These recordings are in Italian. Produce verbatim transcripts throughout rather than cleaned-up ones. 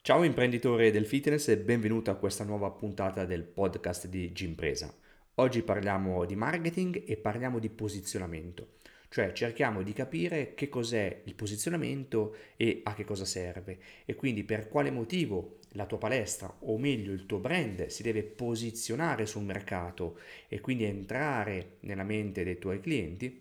Ciao imprenditore del fitness e benvenuto a questa nuova puntata del podcast di Gympresa. Oggi parliamo di marketing e parliamo di posizionamento, cioè cerchiamo di capire che cos'è il posizionamento e a che cosa serve e quindi per quale motivo la tua palestra o meglio il tuo brand si deve posizionare sul mercato e quindi entrare nella mente dei tuoi clienti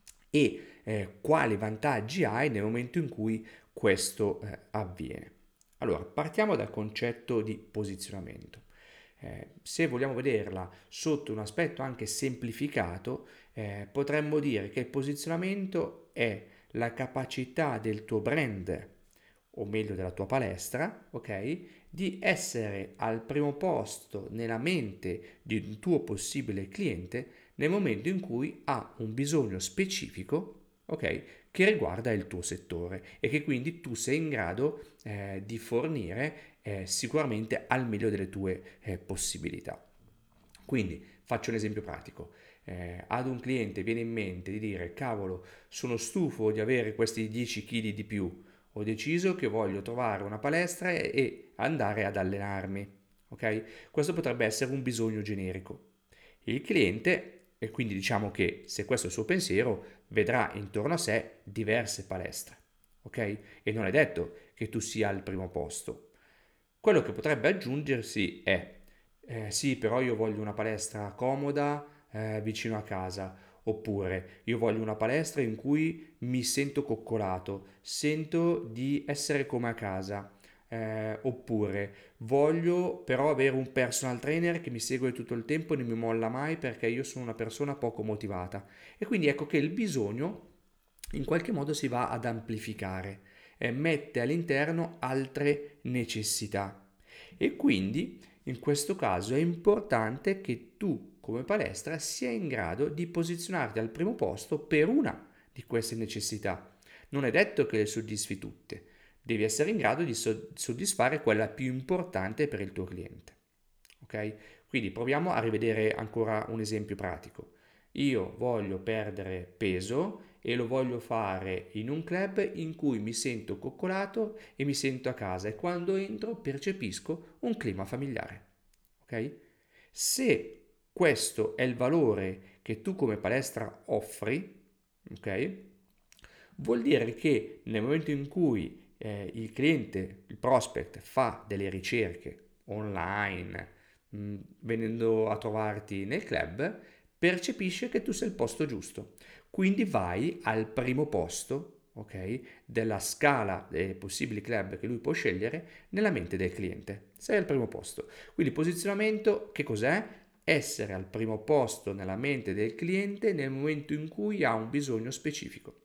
e eh, quali vantaggi hai nel momento in cui questo eh, avviene. Allora, partiamo dal concetto di posizionamento. Eh, se vogliamo vederla sotto un aspetto anche semplificato, eh, potremmo dire che il posizionamento è la capacità del tuo brand, o meglio della tua palestra, ok, di essere al primo posto nella mente di un tuo possibile cliente nel momento in cui ha un bisogno specifico, ok, che riguarda il tuo settore e che quindi tu sei in grado eh, di fornire eh, sicuramente al meglio delle tue eh, possibilità. Quindi faccio un esempio pratico. Eh, ad un cliente viene in mente di dire cavolo, sono stufo di avere questi dieci chili di più, ho deciso che voglio trovare una palestra e, e andare ad allenarmi. Ok? Questo potrebbe essere un bisogno generico. Il cliente, e quindi diciamo che se questo è il suo pensiero, vedrà intorno a sé diverse palestre. Ok? E non è detto che tu sia al primo posto. Quello che potrebbe aggiungersi è, eh, sì, però io voglio una palestra comoda, eh, vicino a casa, oppure io voglio una palestra in cui mi sento coccolato, sento di essere come a casa, eh, oppure voglio però avere un personal trainer che mi segue tutto il tempo e non mi molla mai perché io sono una persona poco motivata. E quindi ecco che il bisogno in qualche modo si va ad amplificare e mette all'interno altre necessità. E quindi in questo caso è importante che tu come palestra sia in grado di posizionarti al primo posto per una di queste necessità. Non è detto che le soddisfi tutte, devi essere in grado di soddisfare quella più importante per il tuo cliente. Ok? Quindi proviamo a rivedere ancora un esempio pratico. Io voglio perdere peso e lo voglio fare in un club in cui mi sento coccolato e mi sento a casa e quando entro percepisco un clima familiare. Ok? Se questo è il valore che tu come palestra offri, ok? Vuol dire che nel momento in cui eh, il cliente, il prospect, fa delle ricerche online, mh, venendo a trovarti nel club, percepisce che tu sei il posto giusto. Quindi vai al primo posto, ok, della scala dei possibili club che lui può scegliere nella mente del cliente. Sei al primo posto. Quindi posizionamento, che cos'è? Essere al primo posto nella mente del cliente nel momento in cui ha un bisogno specifico.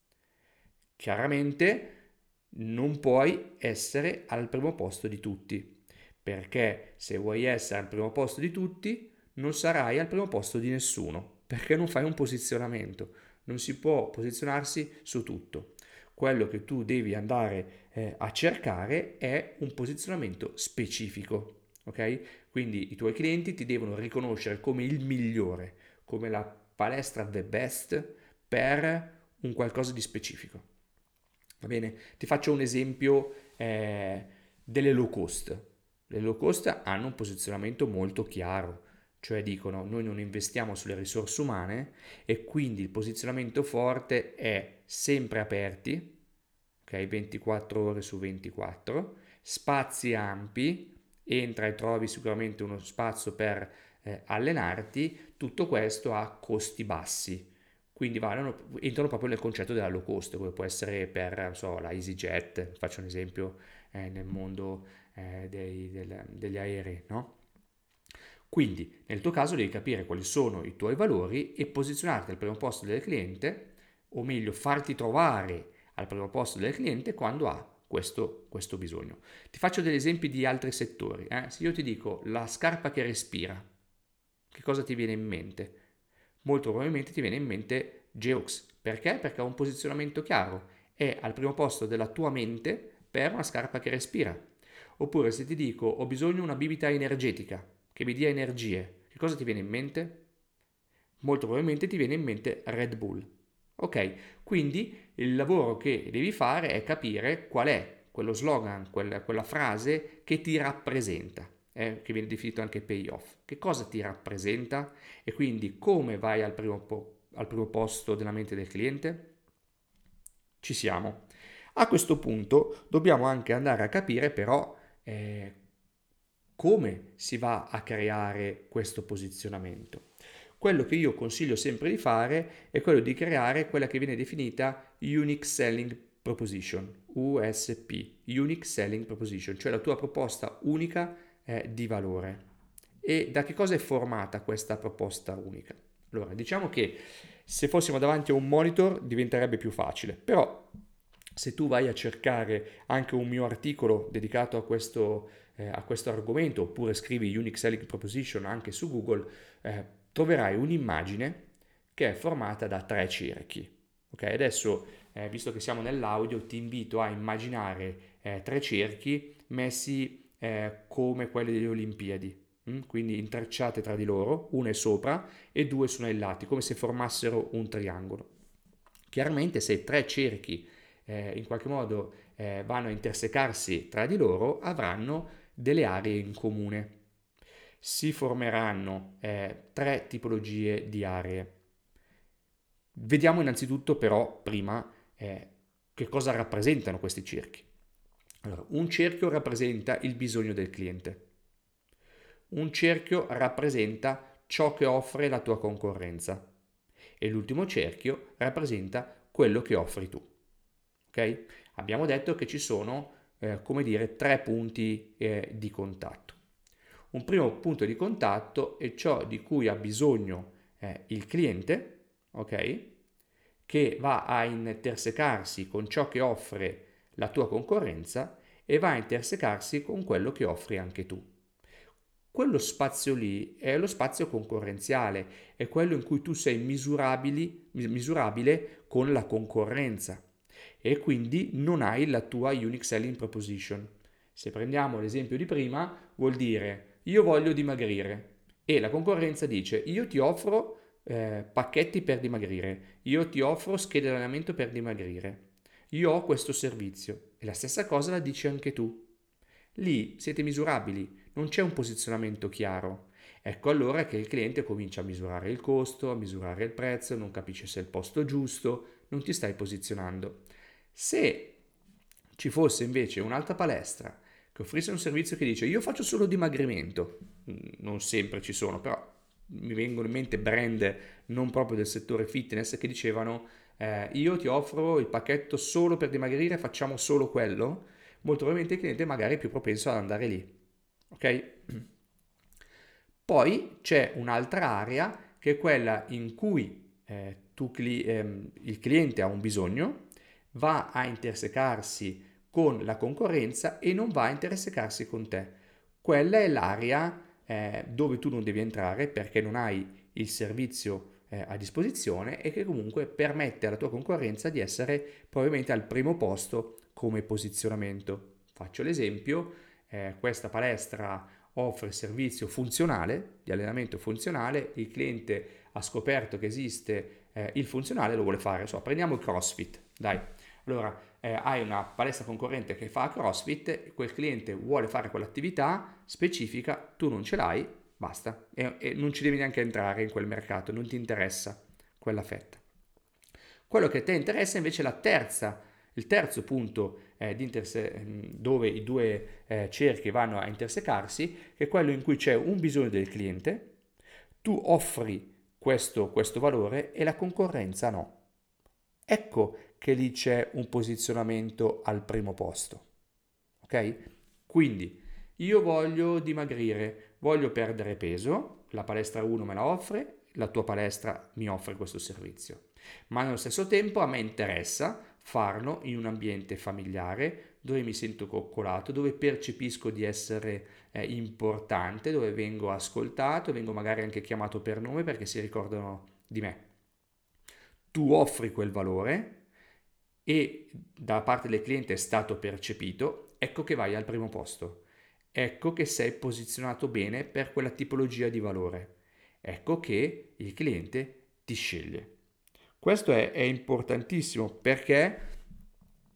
Chiaramente non puoi essere al primo posto di tutti, perché se vuoi essere al primo posto di tutti, non sarai al primo posto di nessuno, perché non fai un posizionamento, non si può posizionarsi su tutto. Quello che tu devi andare eh, a cercare è un posizionamento specifico, ok? Quindi i tuoi clienti ti devono riconoscere come il migliore, come la palestra the best per un qualcosa di specifico. Va bene? Ti faccio un esempio eh, delle low cost. Le low cost hanno un posizionamento molto chiaro, cioè dicono noi non investiamo sulle risorse umane e quindi il posizionamento forte è sempre aperti, ok? ventiquattro ore su ventiquattro, spazi ampi, entra e trovi sicuramente uno spazio per eh, allenarti, tutto questo a costi bassi. Quindi vanno, entrano proprio nel concetto della low cost, come può essere per non so, la EasyJet, faccio un esempio eh, nel mondo eh, dei, del, degli aerei, no? Quindi nel tuo caso devi capire quali sono i tuoi valori e posizionarti al primo posto del cliente, o meglio farti trovare al primo posto del cliente quando ha questo, questo bisogno. Ti faccio degli esempi di altri settori. Eh? Se io ti dico la scarpa che respira, che cosa ti viene in mente? Molto probabilmente ti viene in mente Geox. Perché? Perché ha un posizionamento chiaro. È al primo posto della tua mente per una scarpa che respira. Oppure se ti dico ho bisogno di una bibita energetica che mi dia energie, che cosa ti viene in mente? Molto probabilmente ti viene in mente Red Bull. Ok, quindi il lavoro che devi fare è capire qual è quello slogan, quella, quella frase che ti rappresenta, eh, che viene definito anche payoff. Che cosa ti rappresenta e quindi come vai al primo, po- al primo posto della mente del cliente? Ci siamo. A questo punto dobbiamo anche andare a capire però eh, come si va a creare questo posizionamento. Quello che io consiglio sempre di fare è quello di creare quella che viene definita Unique Selling Proposition, U S P, Unique Selling Proposition, cioè la tua proposta unica eh, di valore. E da che cosa è formata questa proposta unica? Allora, diciamo che se fossimo davanti a un monitor diventerebbe più facile, però se tu vai a cercare anche un mio articolo dedicato a questo, eh, a questo argomento, oppure scrivi Unique Selling Proposition anche su Google, eh, troverai un'immagine che è formata da tre cerchi. Ok, adesso, eh, visto che siamo nell'audio, ti invito a immaginare eh, tre cerchi messi eh, come quelli delle Olimpiadi. Mm? Quindi intrecciate tra di loro, uno è sopra e due sono ai lati, come se formassero un triangolo. Chiaramente se tre cerchi eh, in qualche modo eh, vanno a intersecarsi tra di loro, avranno delle aree in comune. Si formeranno eh, tre tipologie di aree. Vediamo innanzitutto però prima eh, che cosa rappresentano questi cerchi. Allora, un cerchio rappresenta il bisogno del cliente. Un cerchio rappresenta ciò che offre la tua concorrenza e l'ultimo cerchio rappresenta quello che offri tu. Ok? Abbiamo detto che ci sono, eh, come dire, tre punti eh, di contatto. Un primo punto di contatto è ciò di cui ha bisogno eh, il cliente, ok? Che va a intersecarsi con ciò che offre la tua concorrenza e va a intersecarsi con quello che offri anche tu. Quello spazio lì è lo spazio concorrenziale, è quello in cui tu sei misurabili, misurabile con la concorrenza e quindi non hai la tua unique selling proposition. Se prendiamo l'esempio di prima, vuol dire io voglio dimagrire e la concorrenza dice io ti offro eh, pacchetti per dimagrire, io ti offro schede di allenamento per dimagrire, io ho questo servizio e la stessa cosa la dici anche tu. Lì siete misurabili, non c'è un posizionamento chiaro. Ecco allora che il cliente comincia a misurare il costo, a misurare il prezzo, non capisce se è il posto giusto, non ti stai posizionando. Se ci fosse invece un'altra palestra che offrisse un servizio che dice io faccio solo dimagrimento, non sempre ci sono, però mi vengono in mente brand non proprio del settore fitness che dicevano eh, io ti offro il pacchetto solo per dimagrire, facciamo solo quello, molto probabilmente il cliente magari è più propenso ad andare lì. Ok? Poi c'è un'altra area che è quella in cui eh, tu, cli- ehm, il cliente ha un bisogno, va a intersecarsi con la concorrenza e non va a intersecarsi con te. Quella è l'area eh, dove tu non devi entrare perché non hai il servizio eh, a disposizione e che comunque permette alla tua concorrenza di essere probabilmente al primo posto come posizionamento. Faccio l'esempio, eh, questa palestra offre servizio funzionale, di allenamento funzionale, il cliente ha scoperto che esiste eh, il funzionale e lo vuole fare. So, prendiamo il CrossFit, dai. Allora, eh, hai una palestra concorrente che fa CrossFit, quel cliente vuole fare quell'attività specifica, tu non ce l'hai, basta. E, e non ci devi neanche entrare in quel mercato, non ti interessa quella fetta. Quello che a te interessa invece è la terza, il terzo punto eh, di interse- dove i due eh, cerchi vanno a intersecarsi, che è quello in cui c'è un bisogno del cliente, tu offri questo, questo valore e la concorrenza no. Ecco che lì c'è un posizionamento al primo posto. Ok? Quindi io voglio dimagrire, voglio perdere peso, la palestra uno me la offre, la tua palestra mi offre questo servizio. Ma nello stesso tempo a me interessa farlo in un ambiente familiare dove mi sento coccolato, dove percepisco di essere eh, importante, dove vengo ascoltato, vengo magari anche chiamato per nome perché si ricordano di me. Tu offri quel valore e da parte del cliente è stato percepito, ecco che vai al primo posto. Ecco che sei posizionato bene per quella tipologia di valore. Ecco che il cliente ti sceglie. Questo è, è importantissimo perché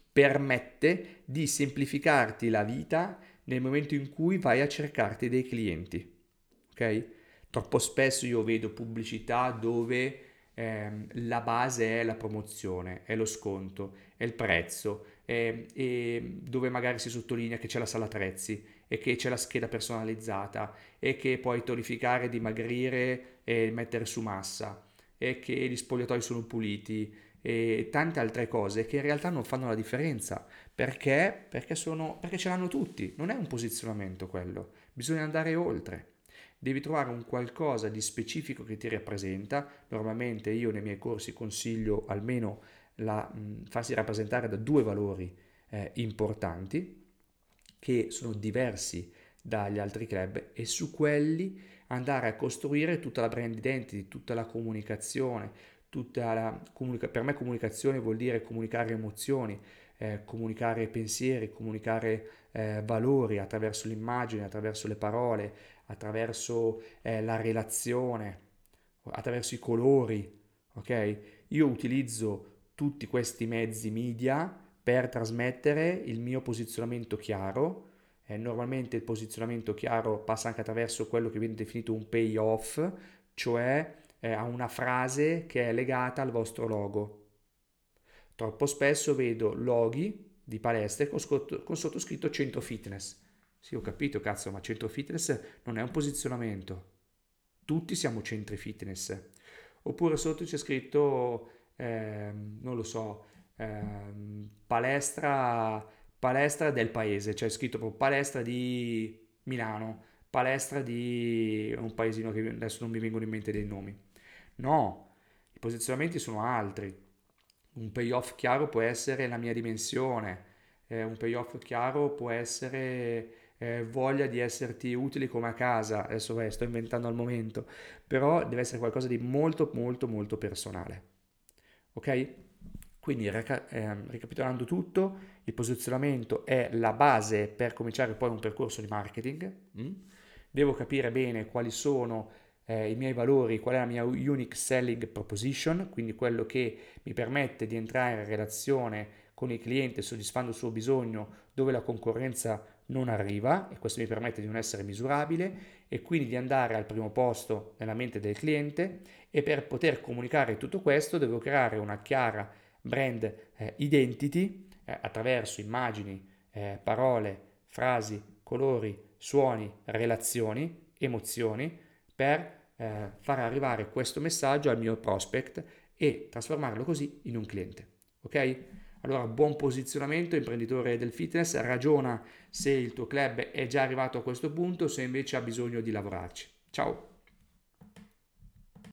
permette di semplificarti la vita nel momento in cui vai a cercarti dei clienti, ok? Troppo spesso io vedo pubblicità dove ehm, la base è la promozione, è lo sconto, è il prezzo, è- e dove magari si sottolinea che c'è la sala attrezzi e che c'è la scheda personalizzata e che puoi tonificare, dimagrire e mettere su massa e che gli spogliatoi sono puliti e tante altre cose che in realtà non fanno la differenza. Perché? Perché sono, perché ce l'hanno tutti, non è un posizionamento quello, bisogna andare oltre. Devi trovare un qualcosa di specifico che ti rappresenta. Normalmente io nei miei corsi consiglio almeno la, mh, farsi rappresentare da due valori eh, importanti che sono diversi dagli altri club e su quelli andare a costruire tutta la brand identity, tutta la comunicazione, tutta la comunica- per me comunicazione vuol dire comunicare emozioni, eh, comunicare pensieri, comunicare eh, valori attraverso l'immagine, attraverso le parole, attraverso eh, la relazione, attraverso i colori, ok? Io utilizzo tutti questi mezzi media per trasmettere il mio posizionamento chiaro. Eh, normalmente il posizionamento chiaro passa anche attraverso quello che viene definito un payoff, cioè eh, a una frase che è legata al vostro logo. Troppo spesso vedo loghi di palestre con, scotto- con sottoscritto centro fitness. Sì, ho capito, cazzo, ma centro fitness non è un posizionamento. Tutti siamo centri fitness. Oppure sotto c'è scritto, ehm, non lo so, ehm, palestra, palestra del paese, c'è scritto proprio palestra di Milano, palestra di un paesino che adesso non mi vengono in mente dei nomi. No, i posizionamenti sono altri. Un payoff chiaro può essere la mia dimensione, eh, un payoff chiaro può essere eh, voglia di esserti utili come a casa, adesso beh, sto inventando al momento, però deve essere qualcosa di molto molto molto personale, ok? Quindi reca- ehm, ricapitolando tutto, il posizionamento è la base per cominciare poi un percorso di marketing. mm? Devo capire bene quali sono eh, i miei valori, qual è la mia unique selling proposition, quindi quello che mi permette di entrare in relazione con il cliente soddisfando il suo bisogno dove la concorrenza non arriva e questo mi permette di non essere misurabile e quindi di andare al primo posto nella mente del cliente e per poter comunicare tutto questo devo creare una chiara brand eh, identity eh, attraverso immagini, eh, parole, frasi, colori, suoni, relazioni, emozioni per eh, far arrivare questo messaggio al mio prospect e trasformarlo così in un cliente. Ok? Allora, buon posizionamento, imprenditore del fitness, ragiona se il tuo club è già arrivato a questo punto, se invece ha bisogno di lavorarci. Ciao!